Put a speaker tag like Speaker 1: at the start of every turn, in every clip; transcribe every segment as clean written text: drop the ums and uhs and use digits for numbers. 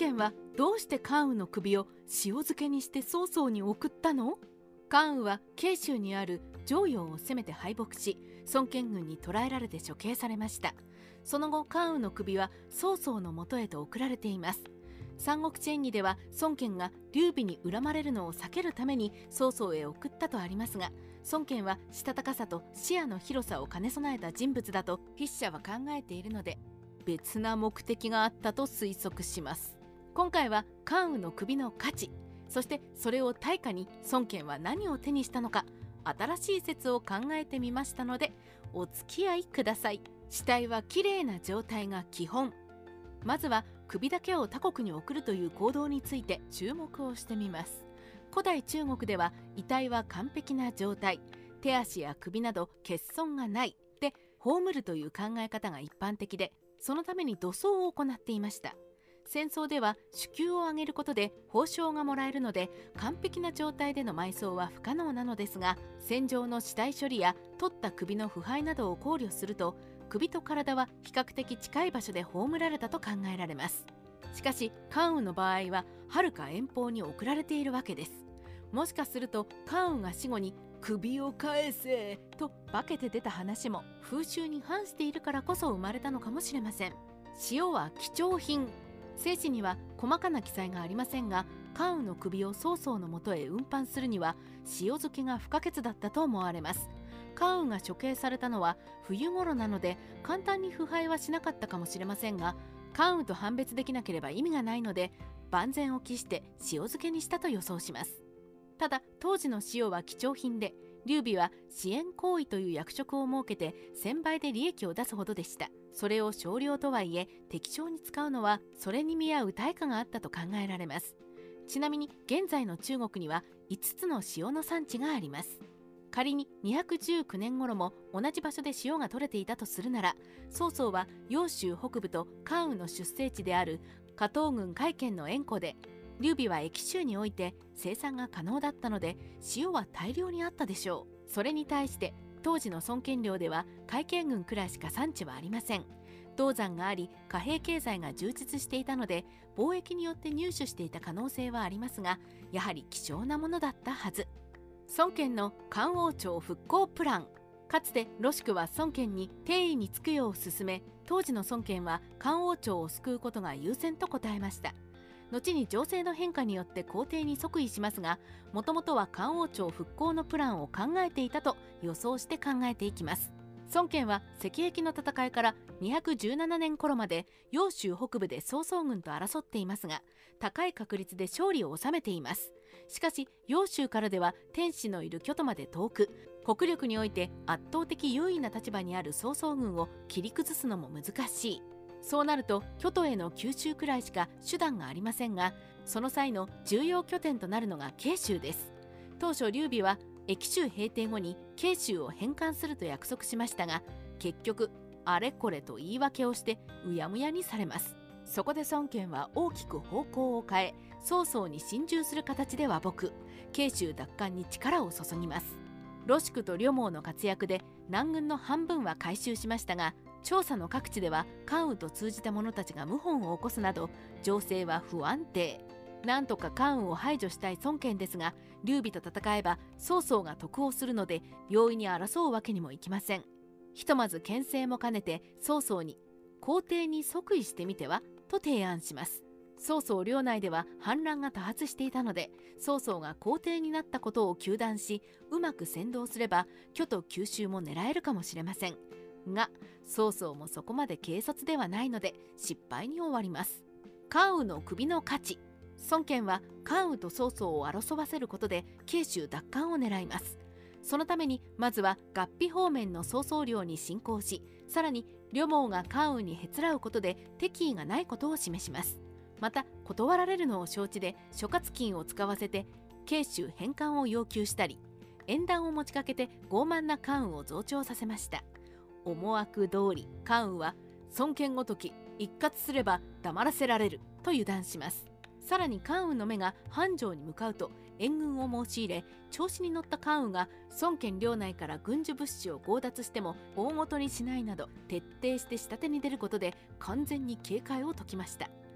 Speaker 1: 権はどうして関羽の首を塩漬けにして曹操に送ったの？関羽は慶州にある襄陽を攻めて敗北し、孫権軍に捕らえられて処刑されました。その後、関羽の首は曹操のもとへと送られています。三国志演義では孫権が劉備に恨まれるのを避けるために曹操へ送ったとありますが、孫権はしたたかさと視野の広さを兼ね備えた人物だと筆者は考えているので、別な目的があったと推測します。今回は関羽の首の価値、そしてそれを対価に孫権は何を手にしたのか、新しい説を考えてみましたのでお付き合いください。死体はきれいな状態が基本。まずは首だけを他国に送るという行動について注目をしてみます。古代中国では遺体は完璧な状態、手足や首など欠損がないで葬るという考え方が一般的で、そのために土葬を行っていました。戦争では首級を上げることで褒章がもらえるので、完璧な状態での埋葬は不可能なのですが、戦場の死体処理や取った首の腐敗などを考慮すると、首と体は比較的近い場所で葬られたと考えられます。しかし関羽の場合は遥か遠方に送られているわけです。もしかすると関羽が死後に首を返せと化けて出た話も風習に反しているからこそ生まれたのかもしれません。塩は貴重品。正史には細かな記載がありませんが、関羽の首を曹操のもとへ運搬するには塩漬けが不可欠だったと思われます。関羽が処刑されたのは冬頃なので簡単に腐敗はしなかったかもしれませんが、関羽と判別できなければ意味がないので万全を期して塩漬けにしたと予想します。ただ当時の塩は貴重品で、劉備は支援行為という役職を設けて1000倍で利益を出すほどでした。それを少量とはいえ適正に使うのはそれに見合う対価があったと考えられます。ちなみに現在の中国には5つの塩の産地があります。仮に219年頃も同じ場所で塩が取れていたとするなら、曹操は揚州北部と関羽の出生地である加東郡甲斐県の塩湖で、劉備は益州において生産が可能だったので塩は大量にあったでしょう。それに対して当時の孫権領では甲斐県郡くらいしか産地はありません。銅山があり貨幣経済が充実していたので貿易によって入手していた可能性はありますが、やはり希少なものだったはず。孫権の漢王朝復興プラン。かつてロシクは孫権に帝位につくよう勧め、当時の孫権は漢王朝を救うことが優先と答えました。後に情勢の変化によって皇帝に即位しますが、もともとは漢王朝復興のプランを考えていたと予想して考えていきます。孫権は赤壁の戦いから217年頃まで揚州北部で曹操軍と争っていますが、高い確率で勝利を収めています。しかし揚州からでは天子のいる京都まで遠く、国力において圧倒的優位な立場にある曹操軍を切り崩すのも難しい。そうなると京都への吸収くらいしか手段がありませんが、その際の重要拠点となるのが慶州です。当初劉備は益州平定後に慶州を返還すると約束しましたが、結局あれこれと言い訳をしてうやむやにされます。そこで孫権は大きく方向を変え、曹操に心中する形で和睦、慶州奪還に力を注ぎます。ロシクと呂蒙の活躍で南軍の半分は回収しましたが、調査の各地では関羽と通じた者たちが謀反を起こすなど情勢は不安定。なんとか関羽を排除したい孫権ですが、劉備と戦えば曹操が得をするので容易に争うわけにもいきません。ひとまず牽制も兼ねて曹操に皇帝に即位してみてはと提案します。曹操領内では反乱が多発していたので、曹操が皇帝になったことを糾弾しうまく先導すれば京都吸収も狙えるかもしれませんが、曹操もそこまで軽率ではないので失敗に終わります。関羽の首の価値。孫権は関羽と曹操を争わせることで慶州奪還を狙います。そのためにまずは合肥方面の曹操領に侵攻し、さらに呂蒙が関羽にへつらうことで敵意がないことを示します。また断られるのを承知で諸葛金を使わせて慶州返還を要求したり、縁談を持ちかけて傲慢な関羽を増長させました。思惑通り関羽は孫権ごとき一括すれば黙らせられると油断します。さらに関羽の目が繁盛に向かうと援軍を申し入れ、調子に乗った関羽が孫権領内から軍需物資を強奪しても大ごとにしないなど徹底して下手に出ることで完全に警戒を解きました。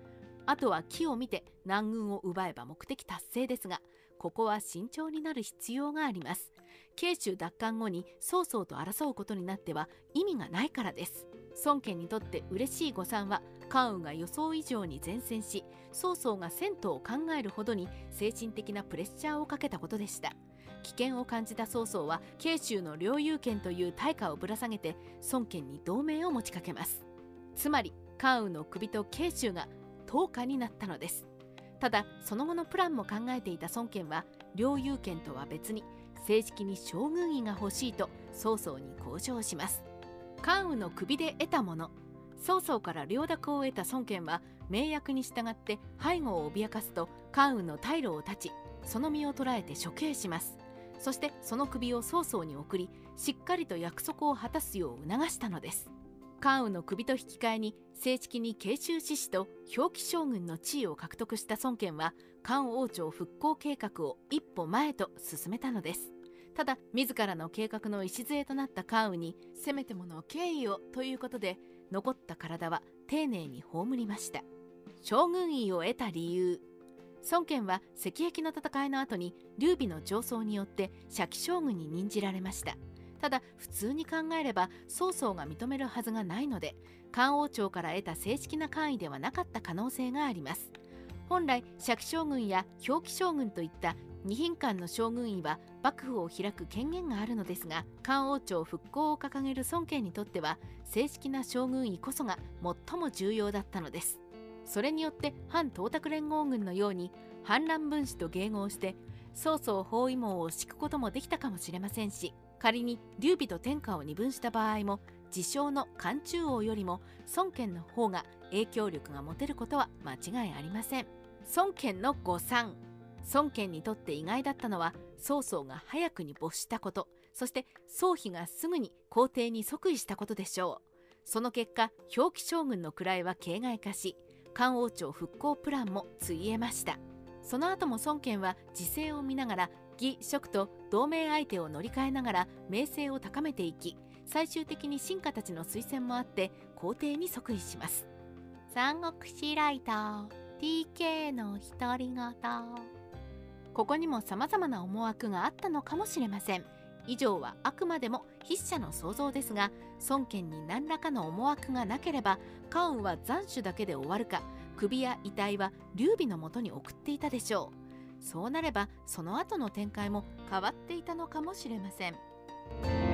Speaker 1: あとは機を見て南軍を奪えば目的達成ですが、ここは慎重になる必要があります。慶州奪還後に曹操と争うことになっては意味がないからです。孫権にとって嬉しい誤算は、関羽が予想以上に善戦し、曹操が戦闘を考えるほどに精神的なプレッシャーをかけたことでした。危険を感じた曹操は慶州の領有権という対価をぶら下げて孫権に同盟を持ちかけます。つまり関羽の首と慶州が等価になったのです。ただその後のプランも考えていた孫権は、領有権とは別に正式に将軍位が欲しいと曹操に交渉します。関羽の首で得たもの。曹操から領諾を得た孫権は盟約に従って背後を脅かすと、関羽の退路を断ち、その身を捕らえて処刑します。そしてその首を曹操に送り、しっかりと約束を果たすよう促したのです。関羽の首と引き換えに正式に慶州志士と骠騎将軍の地位を獲得した孫権は、漢王朝復興計画を一歩前と進めたのです。ただ自らの計画の礎となった関羽にせめてもの敬意をということで、残った体は丁寧に葬りました。将軍位を得た理由。孫権は赤壁の戦いの後に劉備の上奏によって社稷将軍に任じられました。ただ普通に考えれば曹操が認めるはずがないので、漢王朝から得た正式な官位ではなかった可能性があります。本来社稷将軍や骠騎将軍といった二品官の将軍位は幕府を開く権限があるのですが、漢王朝復興を掲げる孫権にとっては正式な将軍位こそが最も重要だったのです。それによって反東卓連合軍のように反乱分子と迎合して曹操包囲網を敷くこともできたかもしれませんし、仮に劉備と天下を二分した場合も、自称の漢中王よりも孫権の方が影響力が持てることは間違いありません。孫権の誤算。孫権にとって意外だったのは、曹操が早くに没したこと、そして曹丕がすぐに皇帝に即位したことでしょう。その結果、骠騎将軍の位は形骸化し、漢王朝復興プランもついえました。その後も孫権は時勢を見ながら義蜀と同盟相手を乗り換えながら名声を高めていき、最終的に臣下たちの推薦もあって皇帝に即位します。三国志ライター TK の独り言。ここにも様々な思惑があったのかもしれません。以上はあくまでも筆者の想像ですが、孫権に何らかの思惑がなければ関羽は斬首だけで終わるか、首や遺体は劉備のもとに送っていたでしょう。そうなればその後の展開も変わっていたのかもしれません。